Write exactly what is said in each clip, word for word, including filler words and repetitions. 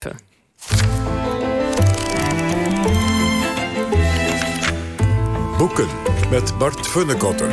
Boeken met Bart Funnekotter.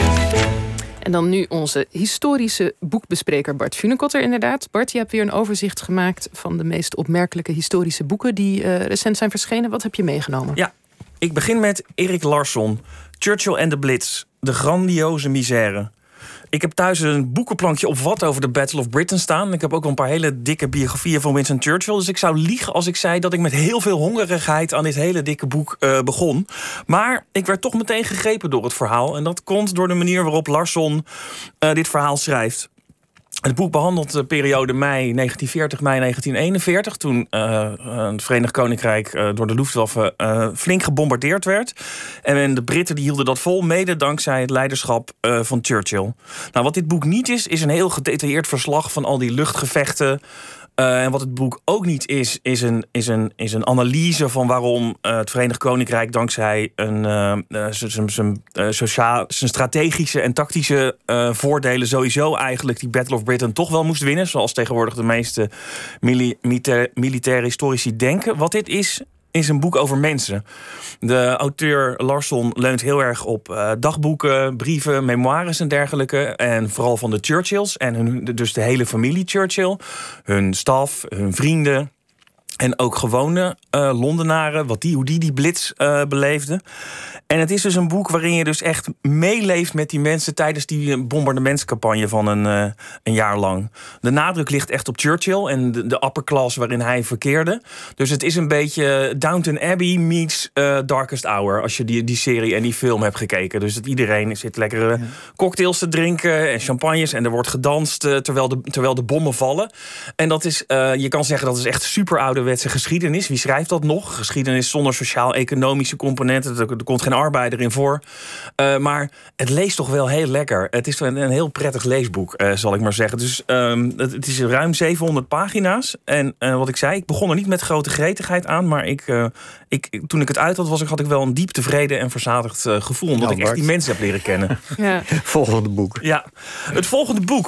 En dan nu onze historische boekbespreker Bart Funnekotter inderdaad. Bart, je hebt weer een overzicht gemaakt van de meest opmerkelijke historische boeken die uh, recent zijn verschenen. Wat heb je meegenomen? Ja, ik begin met Erik Larsson, Churchill en de Blitz, de grandioze misère. Ik heb thuis een boekenplankje op wat over de Battle of Britain staan. Ik heb ook wel een paar hele dikke biografieën van Winston Churchill. Dus ik zou liegen als ik zei dat ik met heel veel hongerigheid aan dit hele dikke boek uh, begon. Maar ik werd toch meteen gegrepen door het verhaal. En dat komt door de manier waarop Larsson uh, dit verhaal schrijft. Het boek behandelt de periode mei negentien veertig, mei negentien eenenveertig... toen uh, het Verenigd Koninkrijk uh, door de Luftwaffe uh, flink gebombardeerd werd. En de Britten die hielden dat vol, mede dankzij het leiderschap uh, van Churchill. Nou, wat dit boek niet is, is een heel gedetailleerd verslag van al die luchtgevechten. Uh, en wat het boek ook niet is, is een, is een, is een analyse van waarom uh, het Verenigd Koninkrijk dankzij een, uh, uh, zijn, zijn, uh, sociaal, zijn strategische en tactische uh, voordelen sowieso eigenlijk die Battle of Britain toch wel moest winnen. Zoals tegenwoordig de meeste mili- militair, militaire historici denken. Wat dit is, is een boek over mensen. De auteur Larsson leunt heel erg op uh, dagboeken, brieven, memoires en dergelijke. En vooral van de Churchills en hun, dus de hele familie Churchill. Hun staf, hun vrienden. En ook gewone uh, Londenaren, wat die, hoe die die blitz uh, beleefden. En het is dus een boek waarin je dus echt meeleeft met die mensen tijdens die bombardementscampagne van een, uh, een jaar lang. De nadruk ligt echt op Churchill en de, de upper class waarin hij verkeerde. Dus het is een beetje Downton Abbey meets uh, Darkest Hour, als je die, die serie en die film hebt gekeken. Dus dat iedereen zit lekkere cocktails te drinken en champagnes en er wordt gedanst uh, terwijl, de, terwijl de bommen vallen. En dat is, uh, je kan zeggen dat is echt super ouderwetse geschiedenis. Wie schrijft dat nog? Geschiedenis zonder sociaal-economische componenten. Er, er komt geen arbeider in voor. Uh, maar het leest toch wel heel lekker. Het is een, een heel prettig leesboek, uh, zal ik maar zeggen. Dus um, het, het is ruim zevenhonderd pagina's. En uh, wat ik zei, ik begon er niet met grote gretigheid aan. Maar ik, uh, ik, toen ik het uit had, was ik, had ik wel een diep tevreden en verzadigd uh, gevoel. Omdat nou, ik echt die mensen heb leren kennen. Ja. Volgende boek. Ja, het volgende boek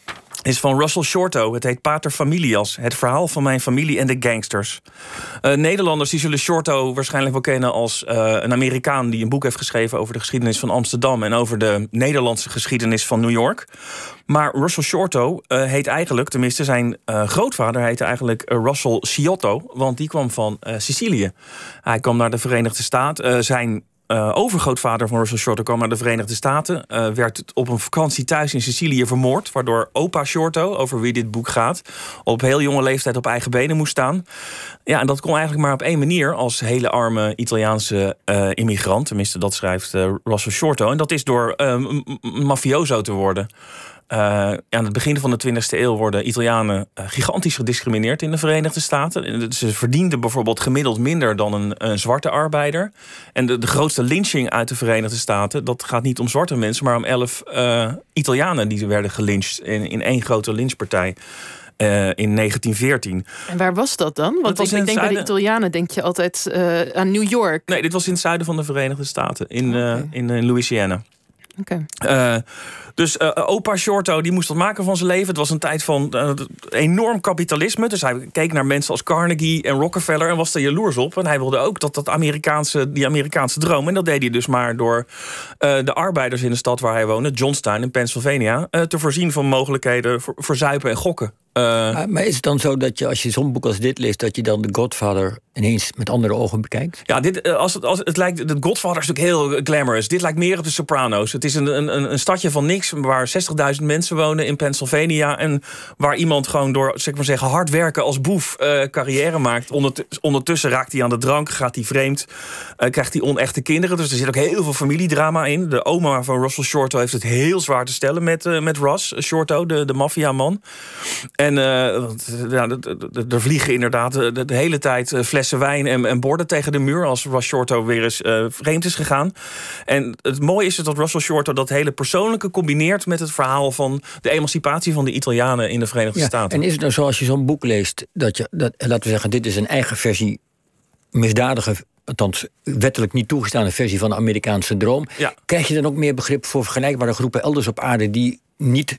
is van Russell Shorto. Het heet Pater Familias. Het verhaal van mijn familie en de gangsters. Uh, Nederlanders die zullen Shorto waarschijnlijk wel kennen als uh, een Amerikaan die een boek heeft geschreven over de geschiedenis van Amsterdam en over de Nederlandse geschiedenis van New York. Maar Russell Shorto uh, heet eigenlijk, tenminste zijn uh, grootvader heette eigenlijk uh, Russell Sciotto, want die kwam van uh, Sicilië. Hij kwam naar de Verenigde Staten. Uh, zijn Uh, overgrootvader van Russell Shorto kwam naar de Verenigde Staten. Uh, werd op een vakantie thuis in Sicilië vermoord. Waardoor opa Shorto, over wie dit boek gaat, op heel jonge leeftijd op eigen benen moest staan. Ja, en dat kon eigenlijk maar op één manier als hele arme Italiaanse uh, immigrant. Tenminste, dat schrijft uh, Russell Shorto. En dat is door uh, m- m- mafioso te worden. Uh, aan het begin van de twintigste eeuw worden Italianen uh, gigantisch gediscrimineerd in de Verenigde Staten. Ze verdienden bijvoorbeeld gemiddeld minder dan een, een zwarte arbeider. En de, de grootste lynching uit de Verenigde Staten, dat gaat niet om zwarte mensen, maar om elf uh, Italianen die werden gelyncht in, in één grote lynchpartij. Uh, in negentien veertien. En waar was dat dan? Want ik, ik denk bij de Italianen denk je altijd uh, aan New York. Nee, dit was in het zuiden van de Verenigde Staten. In, okay. uh, in, in Louisiana. Oké. Okay. Uh, dus uh, opa Shorto die moest wat maken van zijn leven. Het was een tijd van uh, enorm kapitalisme. Dus hij keek naar mensen als Carnegie en Rockefeller en was er jaloers op. En hij wilde ook dat, dat Amerikaanse, die Amerikaanse droom. En dat deed hij dus maar door uh, de arbeiders in de stad waar hij woonde, Johnstown in Pennsylvania, uh, te voorzien van mogelijkheden voor, voor zuipen en gokken. Uh, maar is het dan zo dat je, als je zo'n boek als dit leest, dat je dan The Godfather ineens met andere ogen bekijkt? Ja, dit, als het, als het lijkt, The Godfather is natuurlijk heel glamorous. Dit lijkt meer op de Sopranos. Het is een, een, een stadje van niks waar zestigduizend mensen wonen in Pennsylvania en waar iemand gewoon door, zeg maar zeggen, hard werken als boef uh, carrière maakt. Ondertussen raakt hij aan de drank, gaat hij vreemd, uh, krijgt hij onechte kinderen. Dus er zit ook heel veel familiedrama in. De oma van Russell Shorto heeft het heel zwaar te stellen met, uh, met Russ Shorto, de, de maffiaman. En uh, ja, er vliegen inderdaad de, de hele tijd flessen wijn en, en borden tegen de muur als Russ Shorto weer eens uh, vreemd is gegaan. En het mooie is dat Russell Shorto dat hele persoonlijke combineert met het verhaal van de emancipatie van de Italianen in de Verenigde ja, Staten. En is het nou zo als je zo'n boek leest, dat je, dat, laten we zeggen, dit is een eigen versie, misdadige, althans wettelijk niet toegestane versie van de Amerikaanse droom. Ja. Krijg je dan ook meer begrip voor vergelijkbare groepen elders op aarde die niet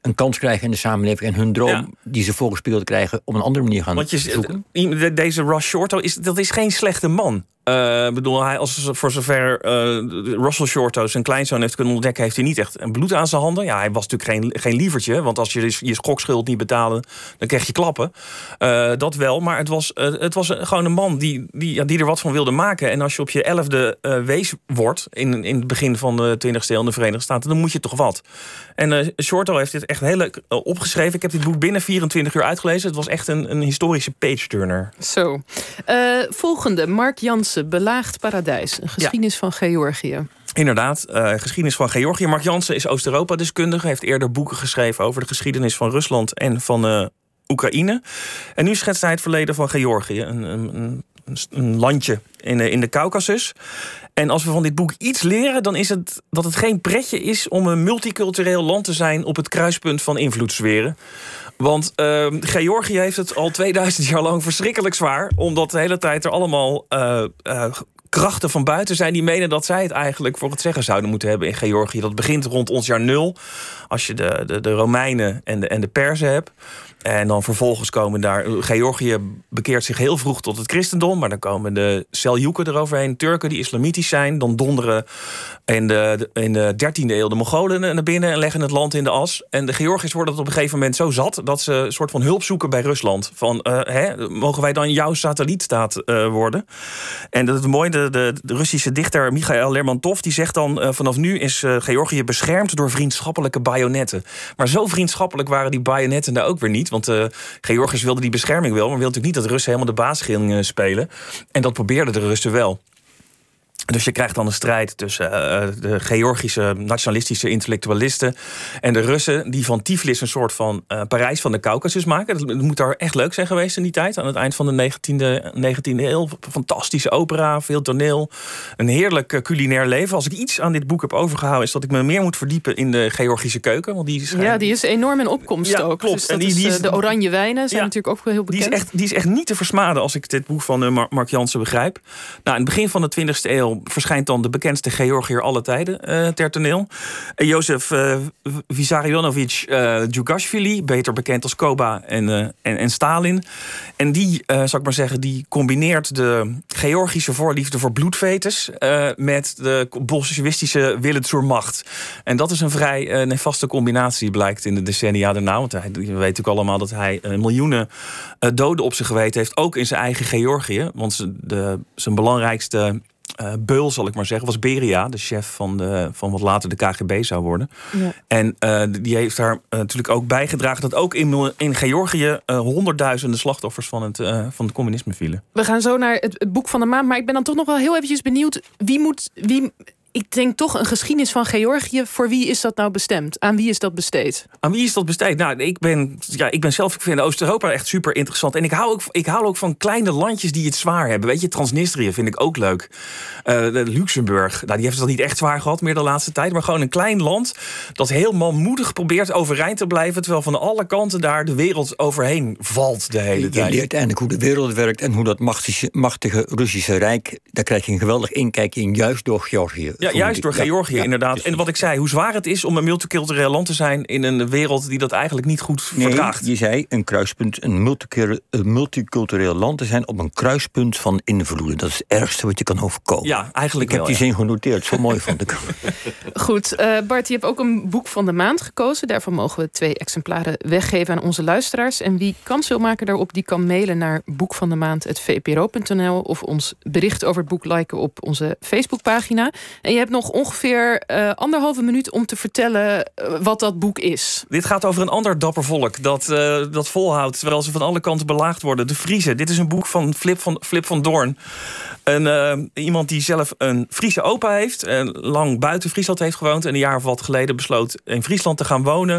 een kans krijgen in de samenleving en hun droom ja. die ze voorgespiegeld krijgen op een andere manier gaan Want je, zoeken. Deze Russ Shorto is, dat is geen slechte man. Uh, bedoel, hij, als, voor zover uh, Russell Shorto zijn kleinzoon heeft kunnen ontdekken, heeft hij niet echt een bloed aan zijn handen. Ja, hij was natuurlijk geen, geen lievertje, want als je je schokschuld niet betaalde, dan kreeg je klappen. Uh, dat wel, maar het was, uh, het was gewoon een man die, die, ja, die er wat van wilde maken. En als je op je elfde uh, wees wordt, in, in het begin van de twintigste eeuw in de Verenigde Staten, dan moet je toch wat. En uh, Shorto heeft dit echt heel leuk uh, opgeschreven. Ik heb dit boek binnen vierentwintig uur uitgelezen. Het was echt een, een historische page-turner. Zo. Uh, volgende, Mark Jansen, Belaagd Paradijs. Een geschiedenis ja. van Georgië. Inderdaad, uh, geschiedenis van Georgië. Mark Jansen is Oost-Europa-deskundige. Heeft eerder boeken geschreven over de geschiedenis van Rusland en van uh, Oekraïne. En nu schetst hij het verleden van Georgië. Een, een, een landje in de, in de Caucasus. En als we van dit boek iets leren, dan is het dat het geen pretje is om een multicultureel land te zijn op het kruispunt van invloedssferen. Want uh, Georgië heeft het al tweeduizend jaar lang verschrikkelijk zwaar, omdat de hele tijd er allemaal uh, uh, krachten van buiten zijn die menen dat zij het eigenlijk voor het zeggen zouden moeten hebben in Georgië. Dat begint rond ons jaar nul, als je de, de, de Romeinen en de, en de Perzen hebt. En dan vervolgens komen daar... Georgië bekeert zich heel vroeg tot het christendom, maar dan komen de Seljuken eroverheen, Turken die islamitisch zijn. Dan donderen in de, in de dertiende eeuw de Mongolen naar binnen en leggen het land in de as. En de Georgiërs worden het op een gegeven moment zo zat dat ze een soort van hulp zoeken bij Rusland. Van, uh, hè, mogen wij dan jouw satellietstaat uh, worden? En dat is mooi, de, de, de Russische dichter Michail Lermontov die zegt dan, uh, vanaf nu is uh, Georgië beschermd door vriendschappelijke bajonetten. Maar zo vriendschappelijk waren die bajonetten daar ook weer niet. Want uh, Georgiërs wilden die bescherming wel, maar wilden natuurlijk niet dat de Russen helemaal de baas gingen uh, spelen. En dat probeerden de Russen wel. Dus je krijgt dan een strijd tussen uh, de Georgische nationalistische intellectualisten en de Russen die van Tiflis een soort van uh, Parijs van de Caucasus maken. Dat moet daar echt leuk zijn geweest in die tijd, aan het eind van de negentiende eeuw. Fantastische opera, veel toneel, een heerlijk uh, culinair leven. Als ik iets aan dit boek heb overgehouden, is dat ik me meer moet verdiepen in de Georgische keuken. Want die schijnt... Ja, die is enorm in opkomst ja, ook. Klopt. Dus dat en die, is, die is, de oranje wijnen zijn ja, natuurlijk ook heel bekend. Die is, echt, die is echt niet te versmaden als ik dit boek van uh, Mark Jansen begrijp. Nou, in het begin van de twintigste eeuw verschijnt dan de bekendste Georgiër aller tijden uh, ter toneel. Uh, Jozef uh, Vissarionovich uh, Djugashvili, beter bekend als Koba en, uh, en, en Stalin. En die, uh, zal ik maar zeggen, die combineert de Georgische voorliefde voor bloedvetes uh, met de bolsjewistische willen zur macht. En dat is een vrij uh, nefaste combinatie, blijkt in de decennia daarna. Want hij, we weten natuurlijk allemaal dat hij uh, miljoenen uh, doden op zich geweten heeft, ook in zijn eigen Georgië. Want de, zijn belangrijkste Uh, beul, zal ik maar zeggen, was Beria, de chef van, de, van wat later de K G B zou worden. Ja. En uh, die heeft daar uh, natuurlijk ook bijgedragen dat ook in, in Georgië uh, honderdduizenden slachtoffers van het, uh, van het communisme vielen. We gaan zo naar het, het boek van de maand, maar ik ben dan toch nog wel heel eventjes benieuwd, wie moet... Wie... Ik denk toch een geschiedenis van Georgië. Voor wie is dat nou bestemd? Aan wie is dat besteed? Aan wie is dat besteed? Nou, ik ben, ja, ik ben zelf, ik vind Oost-Europa echt super interessant. En ik hou, ook, ik hou ook van kleine landjes die het zwaar hebben. Weet je, Transnistrië vind ik ook leuk. Uh, de Luxemburg, nou, die heeft het al niet echt zwaar gehad meer de laatste tijd. Maar gewoon een klein land dat heel manmoedig probeert overeind te blijven, terwijl van alle kanten daar de wereld overheen valt de hele tijd. Je leert uiteindelijk hoe de wereld werkt en hoe dat machtige, machtige Russische Rijk, daar krijg je een geweldig inkijk in, juist door Georgië. Ja, juist door Georgië, ja, inderdaad. En wat ik zei, hoe zwaar het is om een multicultureel land te zijn in een wereld die dat eigenlijk niet goed nee, verdraagt. Je zei een kruispunt, een multicultureel land te zijn op een kruispunt van invloeden. Dat is het ergste wat je kan overkomen. Ja, eigenlijk ik wel. Ik heb die ja. zin genoteerd, zo mooi vond ik. Goed, uh, Bart, je hebt ook een boek van de maand gekozen. Daarvan mogen we twee exemplaren weggeven aan onze luisteraars. En wie kans wil maken daarop, die kan mailen naar boekvandemaand punt v p r o punt n l of ons bericht over het boek liken op onze Facebookpagina. En je hebt nog ongeveer uh, anderhalve minuut om te vertellen uh, wat dat boek is. Dit gaat over een ander dapper volk dat, uh, dat volhoudt terwijl ze van alle kanten belaagd worden. De Friezen. Dit is een boek van Flip van, Flip van Doorn. Een, uh, iemand die zelf een Friese opa heeft. En lang buiten Friesland heeft gewoond. En een jaar of wat geleden besloot in Friesland te gaan wonen.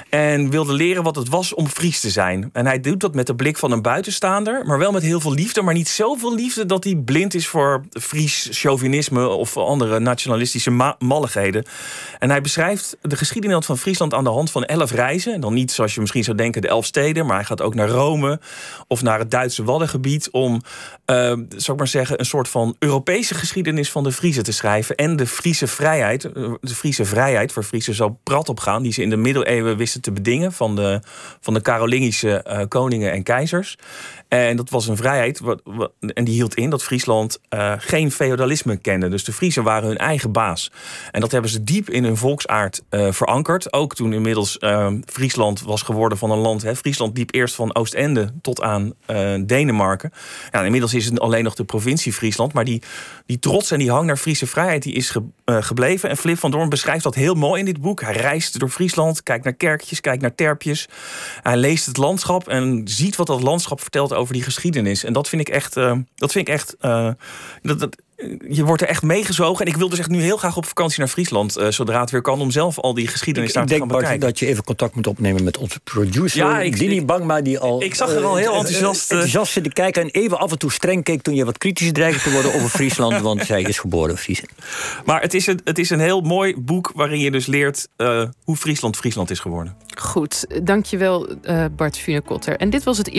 En wilde leren wat het was om Fries te zijn. En hij doet dat met de blik van een buitenstaander. Maar wel met heel veel liefde. Maar niet zoveel liefde dat hij blind is voor Fries chauvinisme of andere nationalisme. nationalistische ma- malligheden. En hij beschrijft de geschiedenis van Friesland aan de hand van elf reizen. En dan niet zoals je misschien zou denken de elf steden, maar hij gaat ook naar Rome of naar het Duitse Waddengebied om, uh, zou ik maar zeggen, een soort van Europese geschiedenis van de Friezen te schrijven. En de Friese vrijheid, de Friese vrijheid, waar Friesen zo prat op gaan, die ze in de middeleeuwen wisten te bedingen van de, van de Karolingische uh, koningen en keizers. En dat was een vrijheid, wat, wat, en die hield in dat Friesland uh, geen feodalisme kende. Dus de Friezen waren hun eigen baas. En dat hebben ze diep in hun volksaard uh, verankerd. Ook toen inmiddels uh, Friesland was geworden van een land. Hè. Friesland liep eerst van Oostende tot aan uh, Denemarken. Ja, inmiddels is het alleen nog de provincie Friesland. Maar die, die trots en die hang naar Friese vrijheid die is ge, uh, gebleven. En Flip van Doorn beschrijft dat heel mooi in dit boek. Hij reist door Friesland, kijkt naar kerkjes, kijkt naar terpjes. Hij leest het landschap en ziet wat dat landschap vertelt over die geschiedenis. En dat vind ik echt, uh, dat vind ik echt, uh, dat, dat, je wordt er echt meegezogen. En ik wil dus echt nu heel graag op vakantie naar Friesland, uh, zodra het weer kan, om zelf al die geschiedenis ik, daar ik te denk, gaan Bart, bekijken. dat je even contact moet opnemen met onze producer, Ja, ik- Dini ik- Bangma, die al ik zag er al heel uh, enthousiast, uh, enthousiast zitten kijken en even af en toe streng keek toen je wat kritisch dreigde te worden over Friesland, want zij is geboren Friesen. Maar het is, een, het is een heel mooi boek waarin je dus leert uh, hoe Friesland Friesland is geworden. Goed, dankjewel uh, Bart Funekotter. En dit was het